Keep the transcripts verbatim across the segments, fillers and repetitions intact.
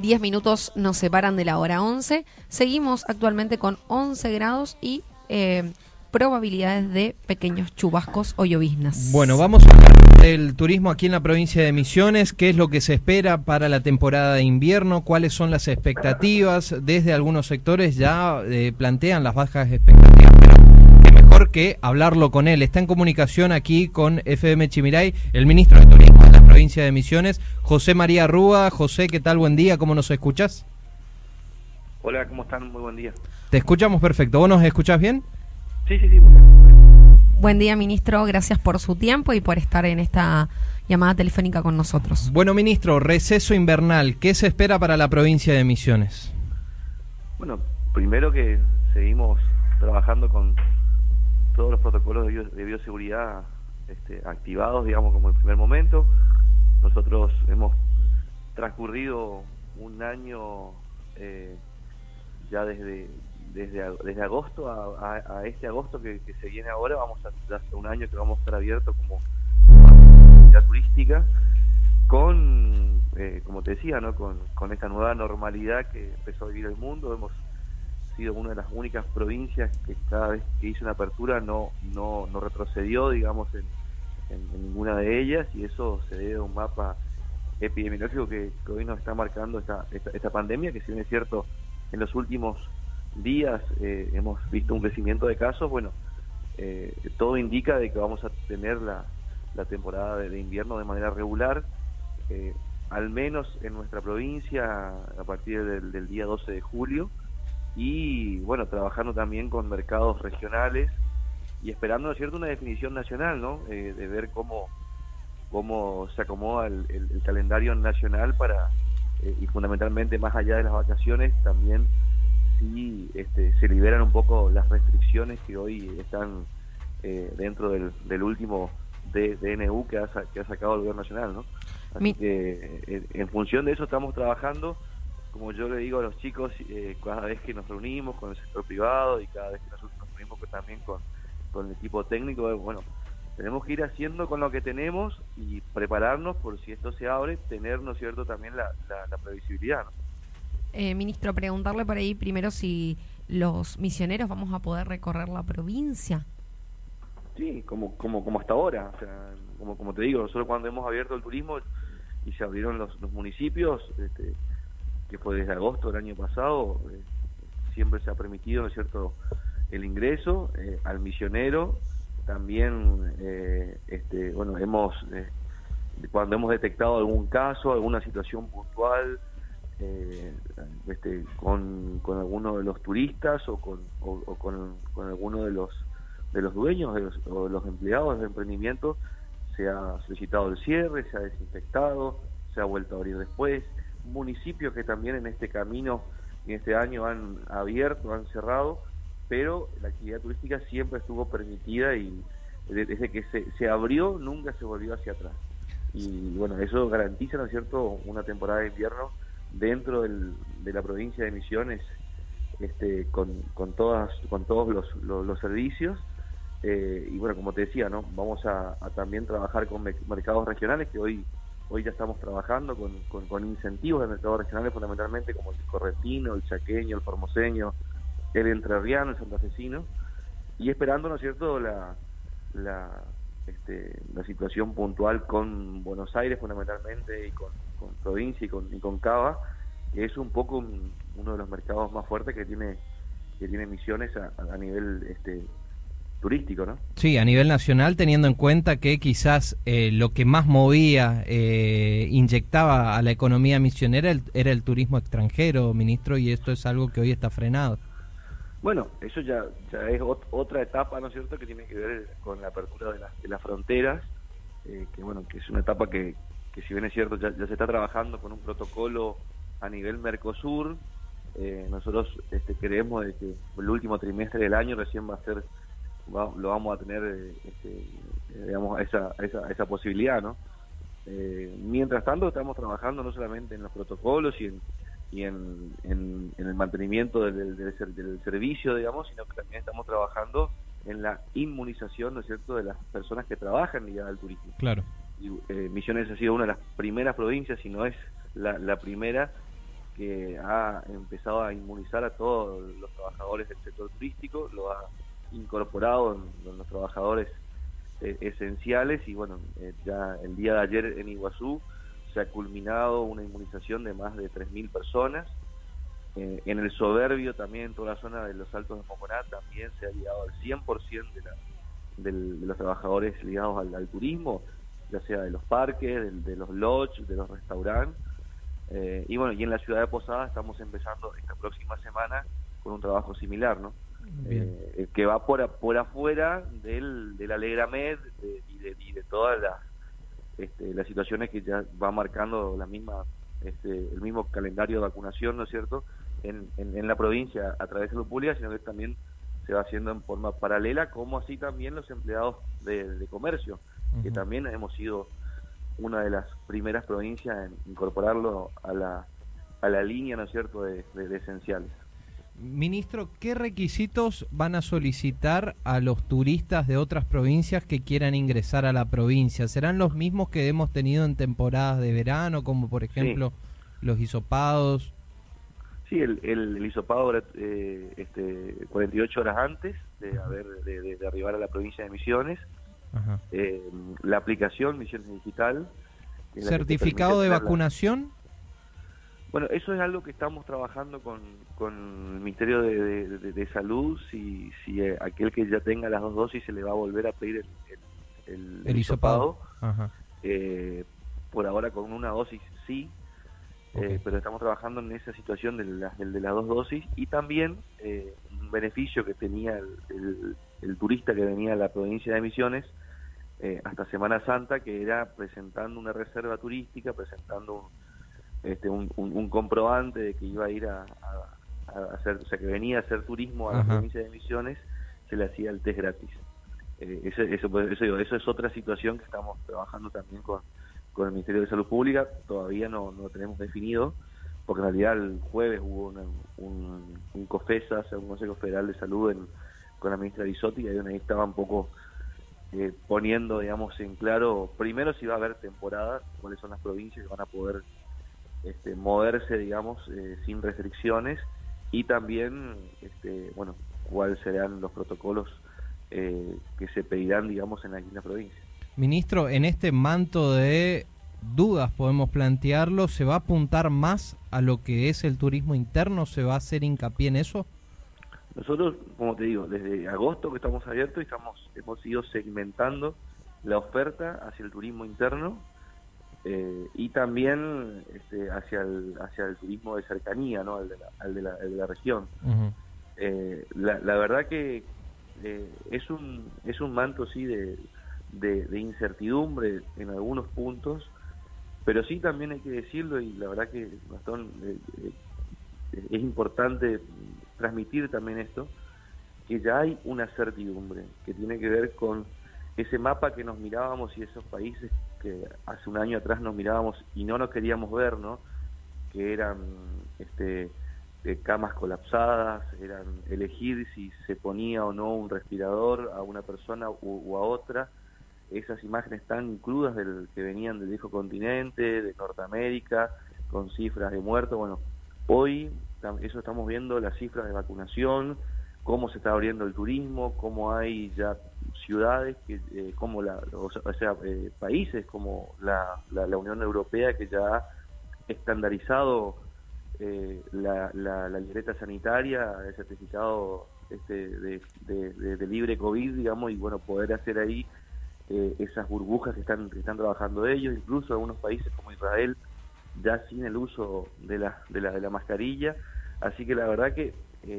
diez minutos nos separan de la hora once. Seguimos actualmente con once grados y eh, probabilidades de pequeños chubascos o lloviznas. Bueno, vamos a hablar del turismo aquí en la provincia de Misiones. ¿Qué es lo que se espera para la temporada de invierno? ¿Cuáles son las expectativas? Desde algunos sectores ya eh, plantean las bajas expectativas, pero qué mejor que hablarlo con él. Está en comunicación aquí con F M Chimiray, el ministro de Turismo de la provincia de Misiones, José María Rúa. José, ¿qué tal? Buen día, ¿cómo nos escuchás? Hola, ¿cómo están? Muy buen día. Te escuchamos perfecto. ¿Vos nos escuchás bien? Sí, sí, sí. Muy bien. Buen día, ministro. Gracias por su tiempo y por estar en esta llamada telefónica con nosotros. Bueno, ministro, receso invernal, ¿qué se espera para la provincia de Misiones? Bueno, primero que seguimos trabajando con todos los protocolos de, bio, de bioseguridad este, activados, digamos, como en el primer momento. Nosotros hemos transcurrido un año eh, ya desde... Desde, desde agosto a, a, a este agosto que, que se viene ahora, vamos a hace un año que vamos a estar abiertos como actividad turística con, eh, como te decía, ¿no? con, con esta nueva normalidad que empezó a vivir el mundo. Hemos sido una de las únicas provincias que cada vez que hizo una apertura no, no, no retrocedió, digamos, en, en, en ninguna de ellas, y eso se debe a un mapa epidemiológico que, que hoy nos está marcando esta, esta, esta pandemia, que si bien es cierto, en los últimos días eh, hemos visto un crecimiento de casos. Bueno, eh, todo indica de que vamos a tener la, la temporada de, de invierno de manera regular, eh, al menos en nuestra provincia a partir del, del día doce de julio, y bueno, trabajando también con mercados regionales y esperando, ¿no es cierto?, una definición nacional, ¿no?, eh, de ver cómo, cómo se acomoda el, el, el calendario nacional para, eh, y fundamentalmente más allá de las vacaciones, también si este, se liberan un poco las restricciones que hoy están eh, dentro del, del último D N U que ha, que ha sacado el gobierno nacional, ¿no? Así Mi... que en, en función de eso estamos trabajando, como yo le digo a los chicos, eh, cada vez que nos reunimos con el sector privado y cada vez que nosotros nos reunimos también con, con el equipo técnico, bueno, tenemos que ir haciendo con lo que tenemos y prepararnos por si esto se abre, tener, ¿no es cierto?, también la, la, la previsibilidad, ¿no? Eh, ministro, preguntarle por ahí primero si los misioneros vamos a poder recorrer la provincia. Sí, como como como hasta ahora, o sea, como como te digo, nosotros cuando hemos abierto el turismo y se abrieron los, los municipios, este, que fue desde agosto del año pasado, eh, siempre se ha permitido, ¿no es cierto?, el ingreso eh, al misionero. También, eh, este, bueno, hemos eh, cuando hemos detectado algún caso, alguna situación puntual, Eh, este, con, con alguno de los turistas o con, o, o con, con alguno de los de los dueños de los, o de los empleados del emprendimiento, se ha solicitado el cierre, se ha desinfectado, se ha vuelto a abrir después. Municipios que también en este camino, en este año han abierto, han cerrado, pero la actividad turística siempre estuvo permitida y desde que se, se abrió nunca se volvió hacia atrás. Y bueno, eso garantiza, ¿no es cierto?, una temporada de invierno dentro del, de la provincia de Misiones, este, con, con todas con todos los, los, los servicios, eh, y bueno, como te decía, ¿no?, vamos a, a también trabajar con mercados regionales, que hoy hoy ya estamos trabajando con, con, con incentivos de mercados regionales, fundamentalmente como el correntino, el chaqueño, el formoseño, el entrerriano, el santafesino, y esperando, ¿no es cierto?, la la este, la situación puntual con Buenos Aires fundamentalmente, y con, con provincia y con, y con Cava, que es un poco un, uno de los mercados más fuertes que tiene que tiene Misiones a, a nivel este turístico, ¿no? Sí, a nivel nacional, teniendo en cuenta que quizás eh, lo que más movía, eh, inyectaba a la economía misionera el, era el turismo extranjero, ministro, y esto es algo que hoy está frenado. Bueno, eso ya, ya es ot otra etapa, ¿no es cierto?, que tiene que ver con la apertura de, la, de las fronteras, eh, que bueno, que es una etapa que, que si bien es cierto, ya, ya se está trabajando con un protocolo a nivel Mercosur. Eh, nosotros este, creemos de que el último trimestre del año recién va a ser, va, lo vamos a tener, este, digamos, esa, esa, esa posibilidad, ¿no? Eh, mientras tanto estamos trabajando no solamente en los protocolos y en y en, en, en el mantenimiento del, del, del, del servicio, digamos, sino que también estamos trabajando en la inmunización, ¿no es cierto?, de las personas que trabajan ligada al turismo. Claro. Y, eh, Misiones ha sido una de las primeras provincias, si no es la, la primera, que ha empezado a inmunizar a todos los trabajadores del sector turístico, lo ha incorporado en, en los trabajadores eh, esenciales y bueno, eh, ya el día de ayer en Iguazú se ha culminado una inmunización de más de tres mil personas. Eh, en el Soberbio, también en toda la zona de los Altos de Moconá, también se ha llegado al cien por ciento de, la, del, de los trabajadores ligados al, al turismo, ya sea de los parques, de, de los lodges, de los restaurantes. Eh, y bueno, y en la ciudad de Posadas estamos empezando esta próxima semana con un trabajo similar, ¿no? Eh, que va por, por afuera del, del Alegramed de, y, de, y de todas las, este, las situaciones que ya va marcando la misma, este, el mismo calendario de vacunación, ¿no es cierto?, en, en, en la provincia a través de salud pública, sino que también se va haciendo en forma paralela, como así también los empleados de, de comercio, uh-huh. que también hemos sido una de las primeras provincias en incorporarlo a la, a la línea, ¿no es cierto?, de, de, de esenciales. Ministro, ¿qué requisitos van a solicitar a los turistas de otras provincias que quieran ingresar a la provincia? ¿Serán los mismos que hemos tenido en temporadas de verano, como por ejemplo sí. los hisopados? Sí, el, el, el hisopado eh, este, cuarenta y ocho horas antes de, haber, de, de, de arribar a la provincia de Misiones. Ajá. Eh, la aplicación Misiones Digital. ¿Certificado de vacunación? Bueno, eso es algo que estamos trabajando con, con el Ministerio de, de, de, de Salud, si, si aquel que ya tenga las dos dosis se le va a volver a pedir el, el, el, el hisopado. Ajá. Eh, por ahora con una dosis sí, okay. eh, pero estamos trabajando en esa situación de, la, de, de las dos dosis y también eh, un beneficio que tenía el, el, el turista que venía a la provincia de Misiones eh, hasta Semana Santa, que era presentando una reserva turística, presentando un Este, un, un, un comprobante de que iba a ir a, a, a hacer, o sea, que venía a hacer turismo a la Ajá. provincia de Misiones, se le hacía el test gratis. Eh, eso, eso, eso, eso es otra situación que estamos trabajando también con, con el Ministerio de Salud Pública, todavía no, no lo tenemos definido, porque en realidad el jueves hubo una, un, un COFESA, o sea, un Consejo Federal de Salud en, con la ministra Bisotti, y ahí estaba un poco eh, poniendo, digamos, en claro, primero si va a haber temporada, cuáles son las provincias que van a poder Este, moverse, digamos, eh, sin restricciones y también, este, bueno, cuáles serán los protocolos eh, que se pedirán, digamos, en aquí en la provincia. Ministro, en este manto de dudas, podemos plantearlo, ¿se va a apuntar más a lo que es el turismo interno? ¿Se va a hacer hincapié en eso? Nosotros, como te digo, desde agosto que estamos abiertos y estamos, hemos ido segmentando la oferta hacia el turismo interno. Eh, y también este, hacia el hacia el turismo de cercanía, ¿no? al de la, al de la, al de la región. Uh-huh. eh, la, la verdad que eh, es un es un manto sí de, de, de incertidumbre en algunos puntos, pero sí también hay que decirlo, y la verdad que Gastón, eh, eh, es importante transmitir también esto, que ya hay una certidumbre que tiene que ver con ese mapa que nos mirábamos y esos países que hace un año atrás nos mirábamos y no nos queríamos ver, ¿no? Que eran este, eh, camas colapsadas, eran elegir si se ponía o no un respirador a una persona u, u a otra, esas imágenes tan crudas del que venían del viejo continente, de Norteamérica, con cifras de muertos. Bueno, hoy eso estamos viendo, las cifras de vacunación, cómo se está abriendo el turismo, cómo hay ya ciudades, que, eh, como la, o sea, eh, países como la, la, la Unión Europea, que ya ha estandarizado eh, la, la, la libreta sanitaria, el certificado este, de, de, de, de libre COVID, digamos, y bueno, poder hacer ahí eh, esas burbujas que están, que están trabajando ellos, incluso algunos países como Israel, ya sin el uso de la, de la, de la mascarilla. Así que la verdad que eh,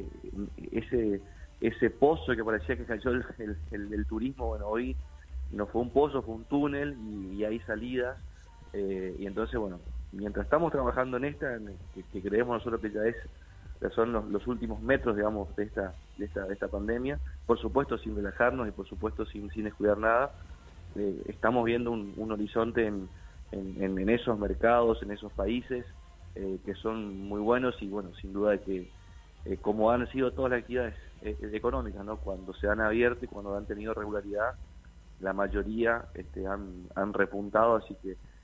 ese ese pozo que parecía que cayó el, el, el, el turismo, bueno, hoy no fue un pozo, fue un túnel y, y hay salidas, eh, y entonces, bueno, mientras estamos trabajando en esta, en, que, que creemos nosotros que ya es ya son los, los últimos metros, digamos, de esta, de esta de esta pandemia, por supuesto sin relajarnos y por supuesto sin, sin descuidar nada, eh, estamos viendo un, un horizonte en, en, en esos mercados, en esos países, eh, que son muy buenos y, bueno, sin duda de que eh, como han sido todas las actividades eh, económicas, ¿no? Cuando se han abierto y cuando han tenido regularidad, la mayoría este, han, han repuntado, así que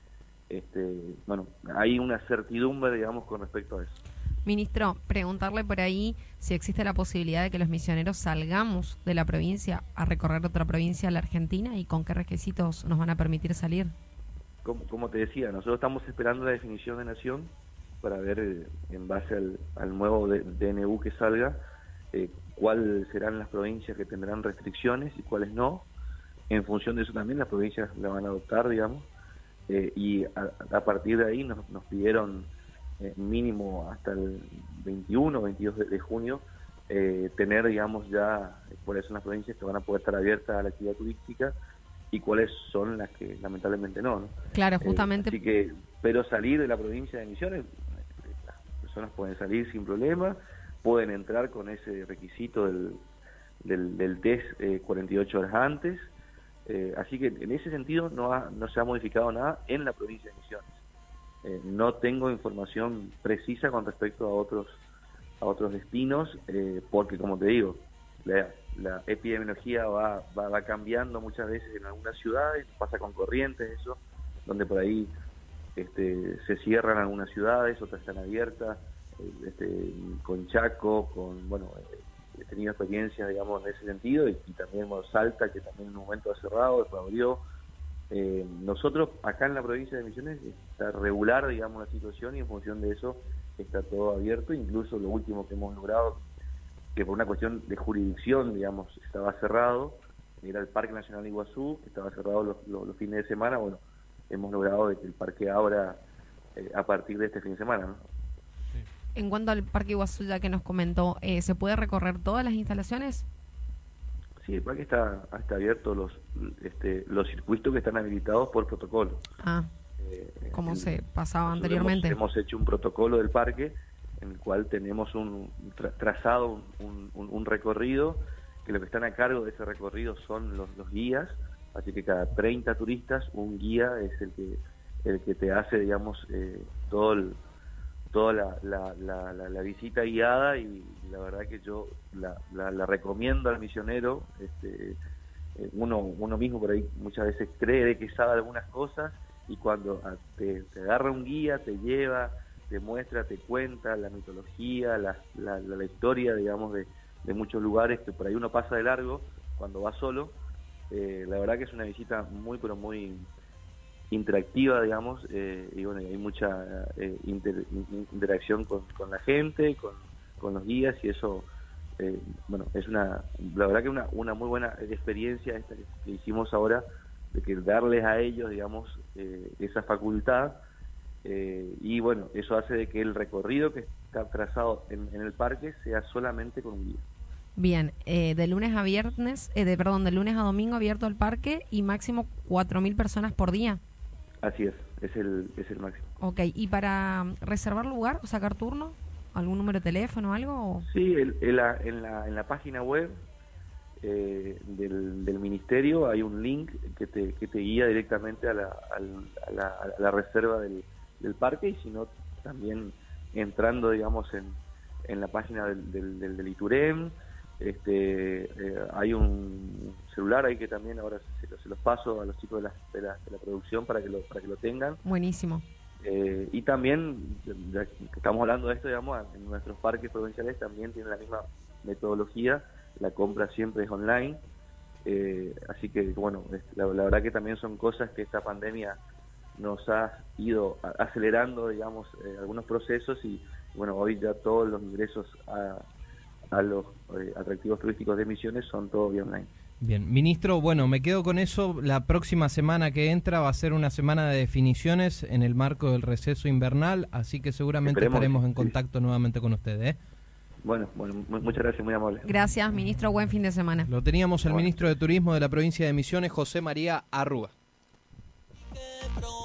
este, bueno, hay una certidumbre, digamos, con respecto a eso. Ministro, preguntarle por ahí si existe la posibilidad de que los misioneros salgamos de la provincia a recorrer otra provincia de la Argentina y con qué requisitos nos van a permitir salir. Como, como te decía, nosotros estamos esperando la definición de nación para ver, eh, en base al, al nuevo D N U que salga, eh, cuáles serán las provincias que tendrán restricciones y cuáles no. En función de eso también las provincias la van a adoptar, digamos, eh, y a, a partir de ahí nos, nos pidieron eh, mínimo hasta el veintiuno o veintidós de, de junio eh, tener, digamos, ya cuáles son las provincias que van a poder estar abiertas a la actividad turística y cuáles son las que lamentablemente no, ¿no? Claro, justamente. Eh, así que, pero salir de la provincia de Misiones, las personas pueden salir sin problema, pueden entrar con ese requisito del, del, del test eh, cuarenta y ocho horas antes, eh, así que en ese sentido no, ha, no se ha modificado nada en la provincia de Misiones. Eh, no tengo información precisa con respecto a otros a otros destinos, eh, porque como te digo, la, la epidemiología va, va, va cambiando muchas veces en algunas ciudades, pasa con Corrientes eso, donde por ahí este, se cierran algunas ciudades, otras están abiertas, este, con Chaco, con, bueno, he tenido experiencias, digamos, en ese sentido, y, y también bueno, Salta, que también en un momento ha cerrado, después abrió. Eh, nosotros acá en la provincia de Misiones está regular, digamos, la situación, y en función de eso está todo abierto, incluso lo último que hemos logrado, que por una cuestión de jurisdicción, digamos, estaba cerrado, era el Parque Nacional Iguazú, que estaba cerrado los, los, los fines de semana. Bueno, hemos logrado de que el parque abra eh, a partir de este fin de semana, ¿no? En cuanto al Parque Iguazú, ya que nos comentó, eh, ¿se puede recorrer todas las instalaciones? Sí, el parque está, está abierto, los este, los circuitos que están habilitados por protocolo. Ah, eh, como en, se pasaba anteriormente. Hemos, hemos hecho un protocolo del parque en el cual tenemos un tra trazado, un, un, un recorrido, que los que están a cargo de ese recorrido son los, los guías, así que cada treinta turistas un guía es el que el que te hace, digamos, eh, todo el toda la, la, la, la, la visita guiada, y la verdad que yo la, la, la recomiendo al misionero. Este, eh, uno uno mismo por ahí muchas veces cree de que sabe algunas cosas, y cuando a, te, te agarra un guía, te lleva, te muestra, te cuenta la mitología, la, la, la, la historia, digamos, de, de muchos lugares que por ahí uno pasa de largo cuando va solo. Eh, la verdad que es una visita muy, pero muy interactiva, digamos, eh, y bueno, hay mucha eh, inter, interacción con, con la gente, con, con los guías, y eso, eh, bueno, es una, la verdad que una, una muy buena experiencia esta que, que hicimos ahora, de que darles a ellos, digamos, eh, esa facultad, eh, y bueno, eso hace de que el recorrido que está trazado en, en el parque sea solamente con un guía. Bien, eh, de lunes a viernes, eh, de perdón, de lunes a domingo abierto el parque, y máximo cuatro mil personas por día. Así es, es el, es el máximo. Ok, ¿y para reservar lugar o sacar turno? ¿Algún número de teléfono o algo? Sí, el, el, la, en, la, en la página web eh, del, del ministerio hay un link que te, que te guía directamente a la, a la, a la reserva del, del parque, y si no, también entrando, digamos, en, en la página del, del, del, del ITUREM. Este, eh, hay un celular ahí que también ahora se, se los paso a los chicos de la, de la, de la producción para que lo para que lo tengan. Buenísimo. Eh, y también, ya que estamos hablando de esto, digamos, en nuestros parques provinciales también tienen la misma metodología, la compra siempre es online, eh, así que bueno, la, la verdad que también son cosas que esta pandemia nos ha ido acelerando, digamos, eh, algunos procesos, y bueno, hoy ya todos los ingresos a a los eh, atractivos turísticos de Misiones son todo vía online. Bien, ministro, bueno, me quedo con eso. La próxima semana que entra va a ser una semana de definiciones en el marco del receso invernal, así que seguramente Esperemos, estaremos en contacto sí. nuevamente con ustedes, ¿eh? Bueno, bueno, muchas gracias, muy amable. Gracias, ministro, buen fin de semana. Lo teníamos el bueno. ministro de Turismo de la provincia de Misiones, José María Arrúa.